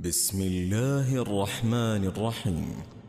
بسم الله الرحمن الرحيم.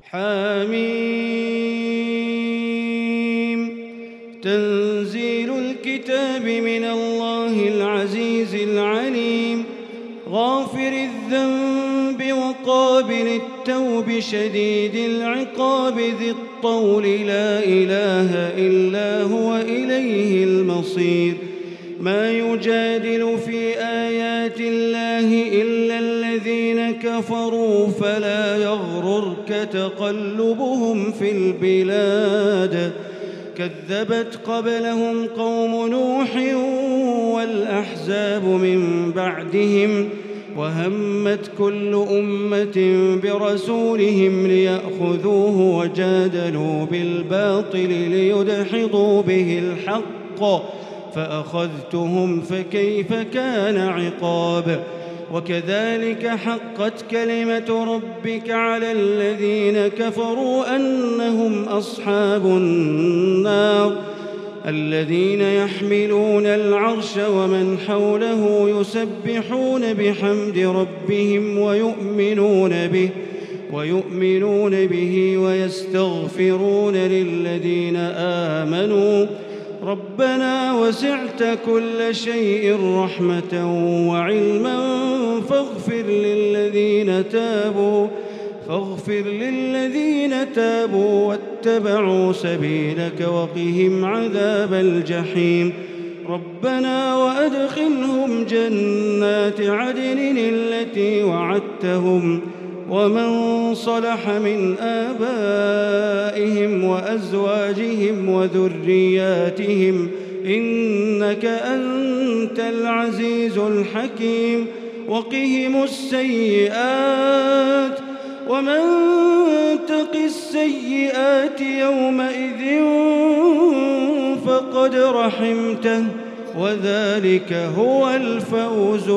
حميم. تنزيل الكتاب من الله العزيز العليم، غافر الذنب وقابل التوب شديد العقاب ذي الطول، لا إله إلا هو إليه المصير. ما يجادل في آيات الله إلا الذين كفروا، فلا يغررك تقلبهم في البلاد. كذبت قبلهم قوم نوح والأحزاب من بعدهم، وهمت كل أمة برسولهم ليأخذوه، وجادلوا بالباطل ليدحضوا به الحق، فأخذتهم فكيف كان عقاب. وكذلك حقت كلمة ربك على الذين كفروا أنهم أصحاب النار. الذين يحملون العرش ومن حوله يسبحون بحمد ربهم ويؤمنون به ويستغفرون للذين آمنوا ربنا وسعت كل شيء رحمة وعلما فاغفر للذين تابوا واتبعوا سبيلك وقهم عذاب الجحيم. ربنا وأدخلهم جنات عدن التي وعدتهم ومن صلح من آبائهم وأزواجهم وذرياتهم إنك أنت العزيز الحكيم. وقهم السيئات ومن تق السيئات يومئذ فقد رحمته، وذلك هو الفوز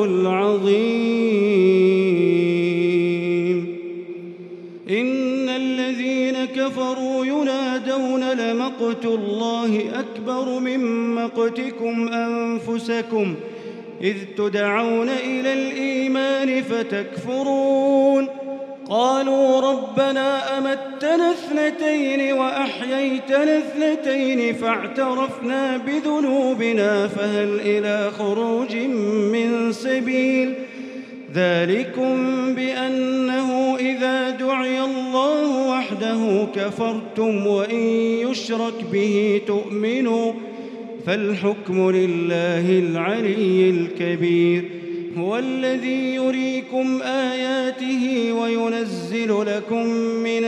العظيم. إن الذين كفروا ينادون لمقت الله أكبر من مقتكم أنفسكم إذ تدعون إلى الإيمان فتكفرون. قالوا ربنا أمتنا اثنتين وأحييتنا اثنتين فاعترفنا بذنوبنا فهل إلى خروج من سبيل. ذلكم بأنه إذا دعي الله وحده كفرتم وإن يشرك به تؤمنوا، فالحكم لله العلي الكبير. هو الذي يريكم آياته وينزل لكم من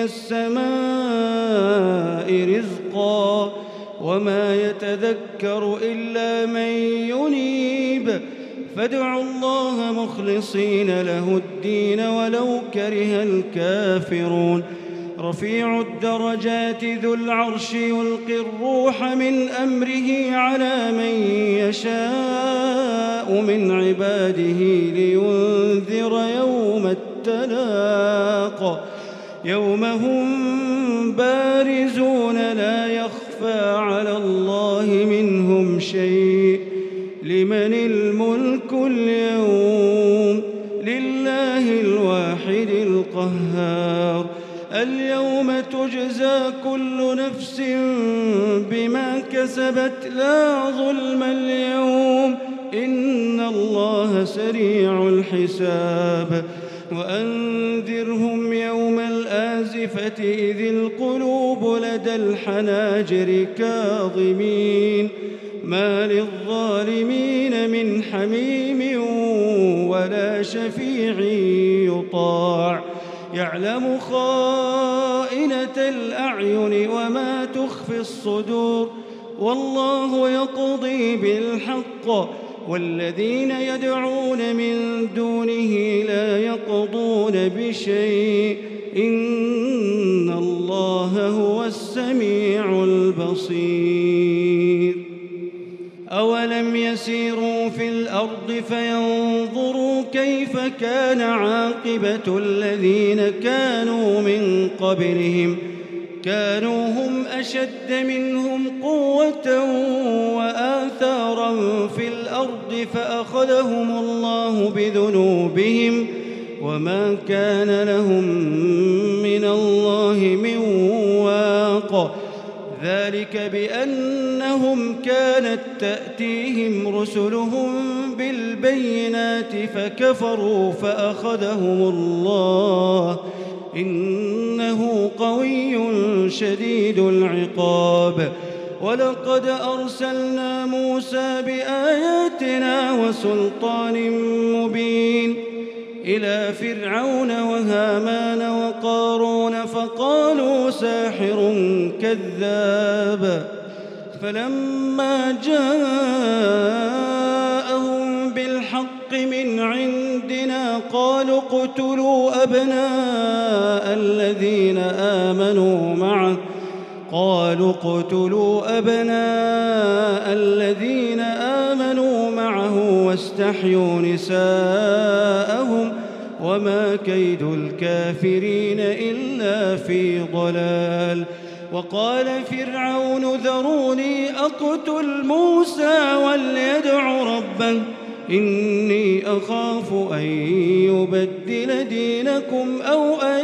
السماء رزقا، وما يتذكر إلا من ينيب. فادعوا الله مخلصين له الدين ولو كره الكافرون. رفيع الدرجات ذو العرش يلقي الروح من أمره على من يشاء من عباده لينذر يوم التلاق، يوم هم بارزون لا يخفى على الله منهم شيء. لمن الملك اليوم؟ لله الواحد القهار. اليوم تجزى كل نفس بما كسبت لا ظلم اليوم، إن الله سريع الحساب. وأنذرهم يوم الآزفة إذ القلوب لدى الحناجر كاظمين، ما للظالمين من حميم ولا شفيع يطاع. يعلم خائنة الأعين وما تخفي الصدور، والله يقضي بالحق، والذين يدعون من دونه لا يقضون بشيء، إن الله هو السميع البصير. أولم يسيروا في الأرض فينظروا كيف كان عاقبة الذين كانوا من قبلهم، كانوا هم أشد منهم قوة وآثارا في الأرض فأخذهم الله بذنوبهم، وما كان لهم من الله من واق. ذلك بأنهم كانت تأتيهم رسلهم بالبينات فكفروا فأخذهم الله إنه قوي شديد العقاب. ولقد أرسلنا موسى بآياتنا وسلطان مبين إلى فرعون وهامان وقارون فقالوا ساحر كذاب. فلما جاءهم بالحق من عندنا قالوا اقتلوا أبناء الذين آمنوا معه واستحيوا نساءهم وما كيد الكافرين إلا في ضلال. وقال فرعون ذروني أقتل موسى وليدع ربه إني أخاف أن يبدل دينكم أو أن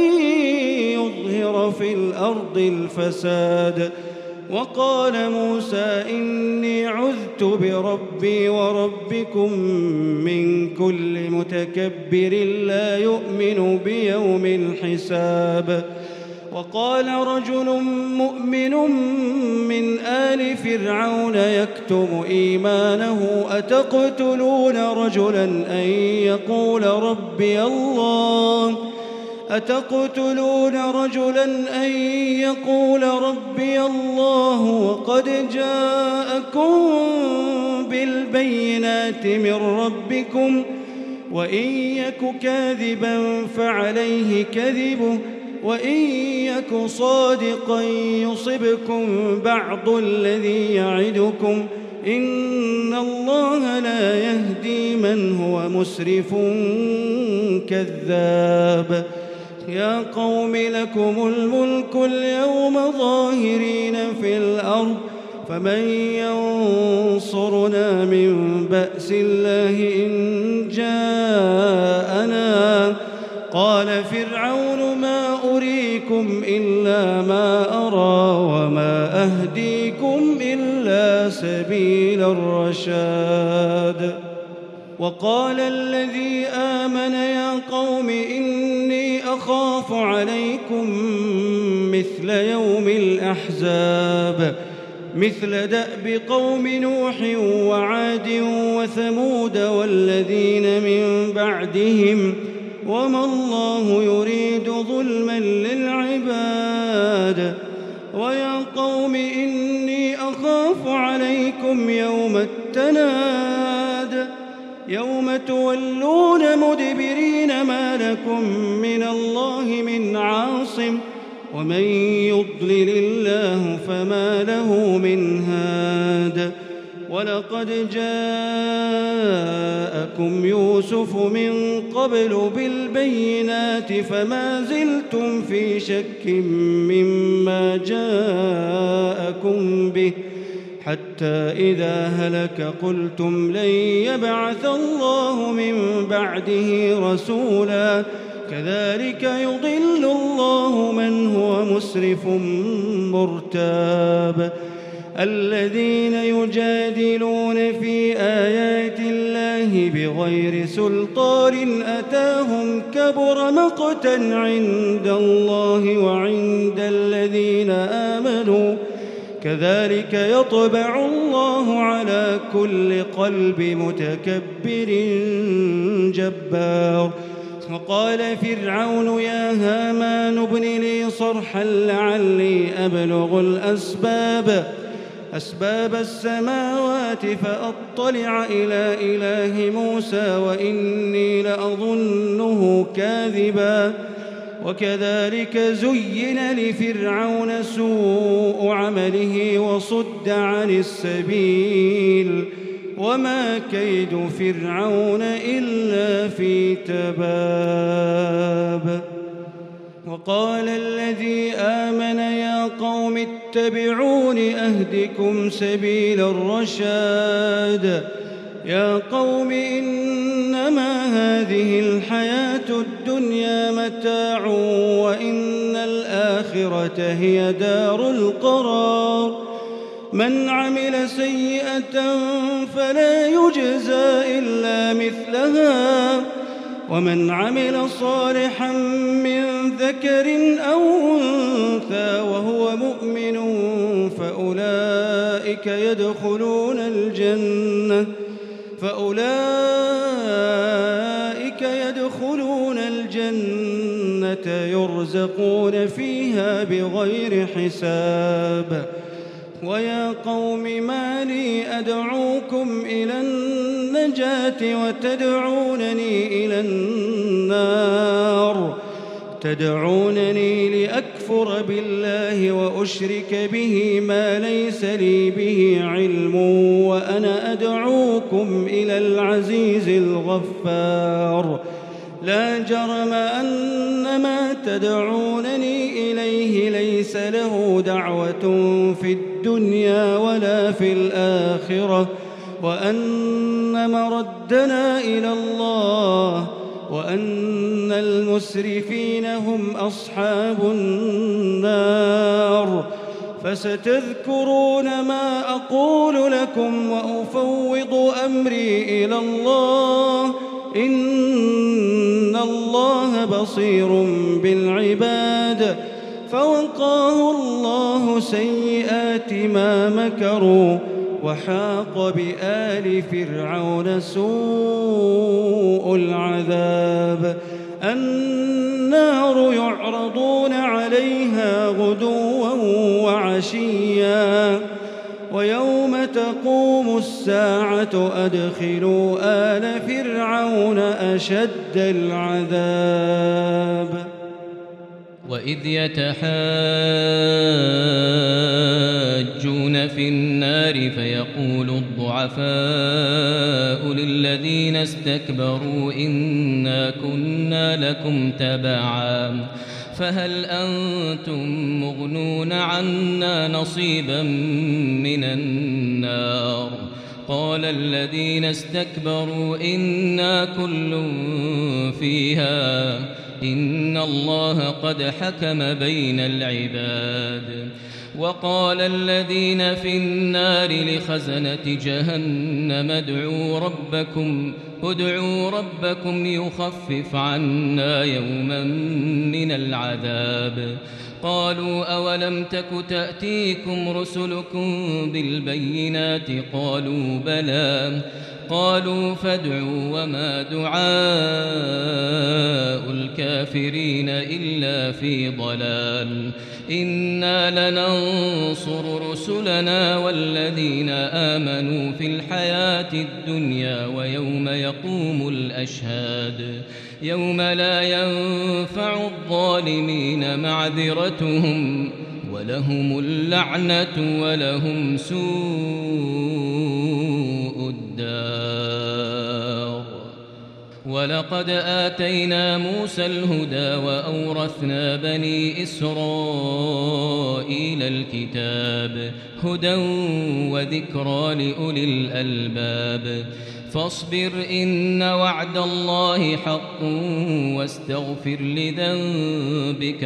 يظهر في الأرض الفساد. وقال موسى إني عذت بربي وربكم من كل متكبر لا يؤمن بيوم الحساب. وقال رجل مؤمن من آل فرعون يكتم إيمانه أتقتلون رجلا أن يقول ربي الله وقد جاءكم بالبينات من ربكم وإن يك كاذبا فعليه كذبه وإن يك صادقا يصبكم بعض الذي يعدكم إن الله لا يهدي من هو مسرف كذاب. يا قوم لكم الملك اليوم ظاهرين في الأرض فمن ينصرنا من بأس الله إن جاءنا. قال فرعون ما أريكم إلا ما أرى وما أهديكم إلا سبيل الرشاد. وقال الذي آمن يا قوم إني أخاف عليكم مثل يوم الأحزاب مثل دأب قوم نوح وعاد وثمود والذين من بعدهم وما الله يريد ظلما للعباد. ويا قوم إني أخاف عليكم يوم التناد يوم تولون مدبرين ما لكم من الله من عاصم ومن يضلل الله فما له من هاد. ولقد جاءكم يوسف من قبل بالبينات فما زلتم في شك مما جاءكم به حتى إذا هلك قلتم لن يبعث الله من بعده رسولا كذلك يضل الله من هو مسرف مرتاب. الذين يجادلون في آيات الله بغير سلطان أتاهم كبر مقتا عند الله وعند الذين آمنوا كذلك يطبع الله على كل قلب متكبر جبار. وقال فرعون يا هامان ابن لي صرحا لعلي أبلغ أسباب السماوات فأطلع إلى إله موسى وإني لأظنه كاذبا. وكذلك زين لفرعون سوء عمله وصد عن السبيل وما كيد فرعون إلا في تباب. وقال الذي آمن يا قوم اتبعون أهدكم سبيل الرشاد. يا قوم إنما هذه الحياة الدنيا متاع وإن الآخرة هي دار القرار. من عمل سيئة فلا يجزى إلا مثلها ومن عمل صالحا من ذكر أو أنثى وهو مؤمن فأولئك يدخلون الجنة يرزقون فيها بغير حساب. ويا قوم ما لي أدعوكم إلى النجاة وتدعونني إلى النار تدعونني لأكفر بالله وأشرك به ما ليس لي به علم وأنا أدعوكم إلى العزيز الغفار. لا جرم أن ما تدعونني إليه ليس له دعوة في الدنيا ولا في الآخرة وأن مردنا إلى الله وأن المسرفين هم أصحاب النار. فستذكرون ما أقول لكم وأفوض أمري إلى الله إن الله بصير بالعباد. فوقاه الله سيئات ما مكروا وحاق بآل فرعون سوء العذاب. النار يعرضون عليها غدوا وعشيا ويوم تقوم الساعة أدخلوا آل فرعون أشد العذاب. وإذ يتحاجون في النار فيقول الضعفاء للذين استكبروا إنا كنا لكم تبعا فهل أنتم مغنون عنا نصيبا من النار. قال الذين استكبروا إنا كل فيها إن الله قد حكم بين العباد. وقال الذين في النار لخزنة جهنم ادعوا ربكم يخفف عنا يوما من العذاب. قالوا أولم تك تأتيكم رسلكم بالبينات قالوا بلى. قالوا فادعوا وما دعاء الكافرين إلا في ضلال. إنا لننصر رسلنا والذين آمنوا في الحياة الدنيا ويوم يقوم الأشهاد يوم لا ينفع الظالمين معذرتهم ولهم اللعنة ولهم سوء الدار. ولقد آتينا موسى الهدى وأورثنا بني إسرائيل الكتاب هدى وذكرى لأولي الألباب. فاصبر إن وعد الله حق واستغفر لذنبك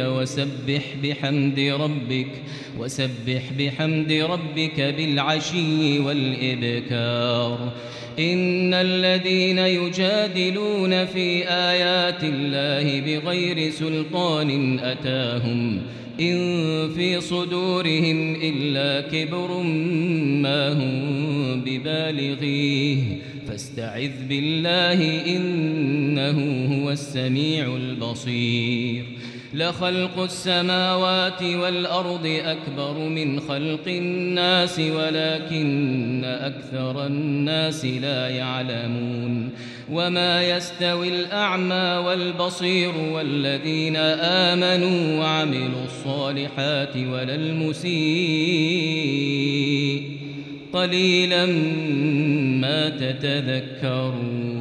وسبح بحمد ربك بالعشي والإبكار. إن الذين يجادلون في آيات الله بغير سلطان أتاهم إن في صدورهم إلا كبر ما هم ببالغيه فاستعذ بالله إنه هو السميع البصير. لخلق السماوات والأرض أكبر من خلق الناس ولكن أكثر الناس لا يعلمون. وما يستوي الأعمى والبصير والذين آمنوا وعملوا الصالحات ولا المسيء قليلا ما تتذكرون.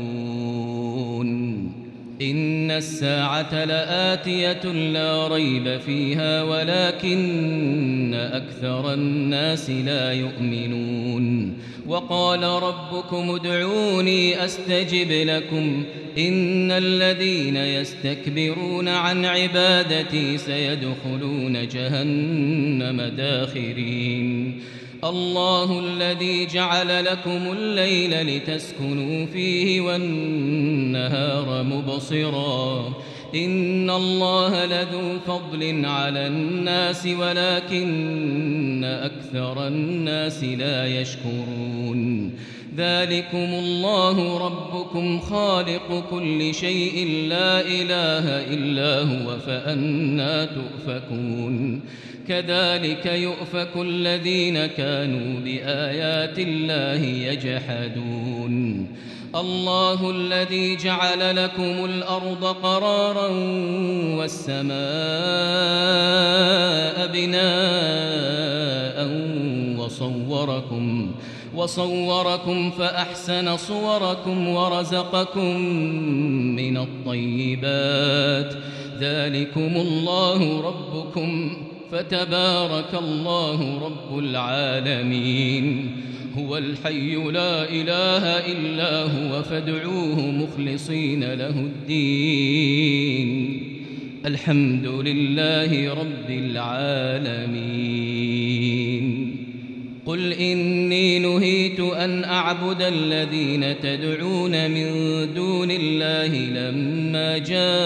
إن الساعة لآتية لا ريب فيها ولكن أكثر الناس لا يؤمنون. وقال ربكم ادعوني أستجب لكم إن الذين يستكبرون عن عبادتي سيدخلون جهنم داخرين الله الذي جعل لكم الليل لتسكنوا فيه والنهار مبصرا إن الله لذو فضل على الناس ولكن أكثر الناس لا يشكرون ذلكم الله ربكم خالق كل شيء لا إله إلا هو فأنى تؤفكون كذلك يؤفك الذين كانوا بآيات الله يجحدون الله الذي جعل لكم الأرض قرارا والسماء بناء وصوركم فأحسن صوركم ورزقكم من الطيبات ذلكم الله ربكم فتبارك الله رب العالمين هو الحي لا إله إلا هو فادعوه مخلصين له الدين الحمد لله رب العالمين قل إني نهيت أن أعبد الذين تدعون من دون الله لما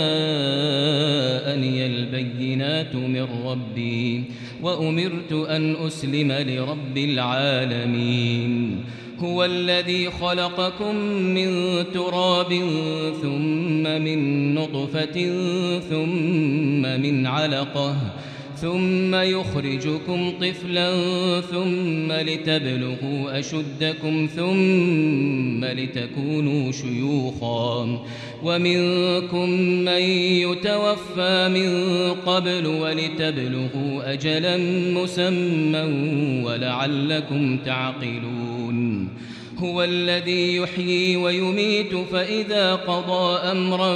جاءني البينات من ربي وأمرت أن أسلم لرب العالمين هو الذي خلقكم من تراب ثم من نطفة ثم من علقة ثم يخرجكم طفلا ثم لتبلغوا أشدكم ثم لتكونوا شيوخا ومنكم من يتوفى من قبل ولتبلغوا أجلا مسمى ولعلكم تعقلون هو الذي يحيي ويميت فإذا قضى أمرا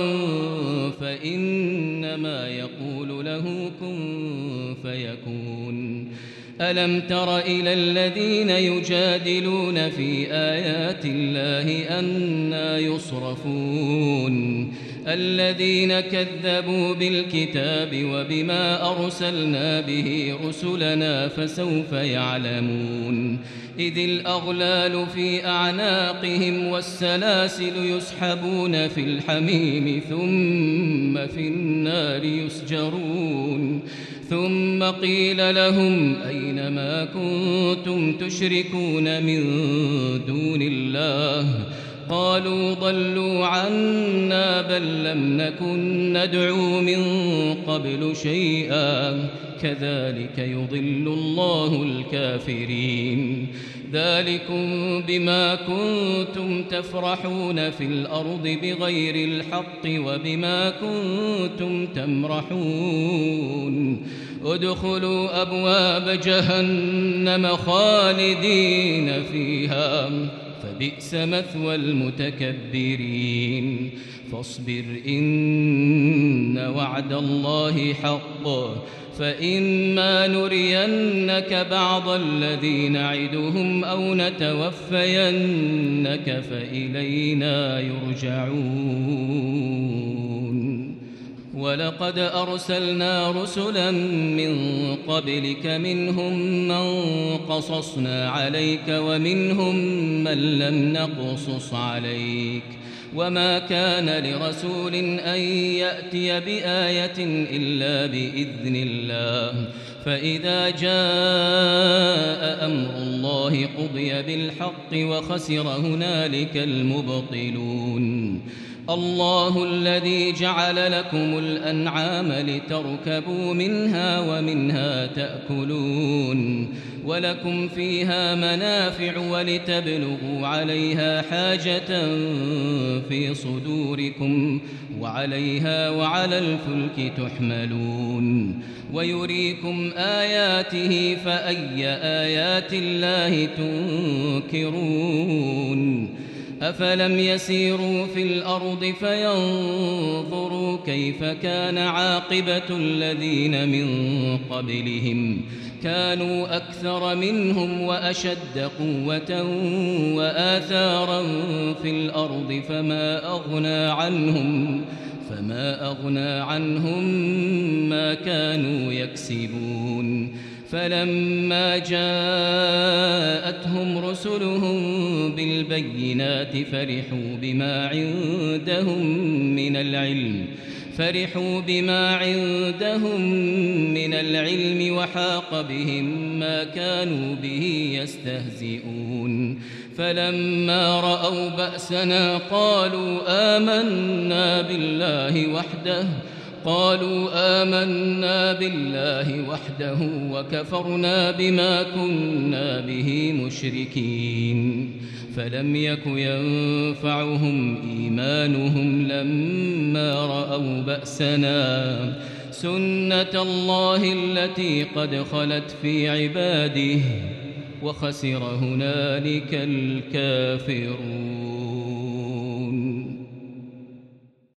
فإنما يقول له كن فيكون ألم تر إلى الذين يجادلون في آيات الله أنى يصرفون الذين كذبوا بالكتاب وبما أرسلنا به رسلنا فسوف يعلمون إذ الأغلال في أعناقهم والسلاسل يسحبون في الحميم ثم في النار يسجرون ثم قيل لهم أين ما كنتم تشركون من دون الله قالوا ضلوا عنا بل لم نكن ندعو من قبل شيئا كذلك يضل الله الكافرين ذلكم بما كنتم تفرحون في الأرض بغير الحق وبما كنتم تمرحون ادخلوا أبواب جهنم خالدين فيها فبئس مثوى المتكبرين فاصبر إن وعد الله حق فإما نرينك بعض الذي نعدهم أو نتوفينك فإلينا يرجعون ولقد أرسلنا رسلا من قبلك منهم من قصصنا عليك ومنهم من لم نقصص عليك وما كان لرسول أن يأتي بآية إلا بإذن الله فإذا جاء أمر الله قضي بالحق وخسر هنالك المبطلون الله الذي جعل لكم الأنعام لتركبوا منها ومنها تأكلون ولكم فيها منافع ولتبلغوا عليها حاجة في صدوركم وعليها وعلى الفلك تحملون ويريكم آياته فأي آيات الله تنكرون أفلم يسيروا في الأرض فينظروا كيف كان عاقبة الذين من قبلهم كانوا أكثر منهم وأشد قوة وآثارا في الأرض فما أغنى عنهم ما كانوا يكسبون فلما جاءتهم رسلهم بالبينات فرحوا بما عندهم من العلم وحاق بهم ما كانوا به يستهزئون فلما رأوا بأسنا قالوا آمنا بالله وحده وكفرنا بما كنا به مشركين فلم يك ينفعهم إيمانهم لما رأوا بأسنا سنة الله التي قد خلت في عباده وخسر هنالك الكافرون.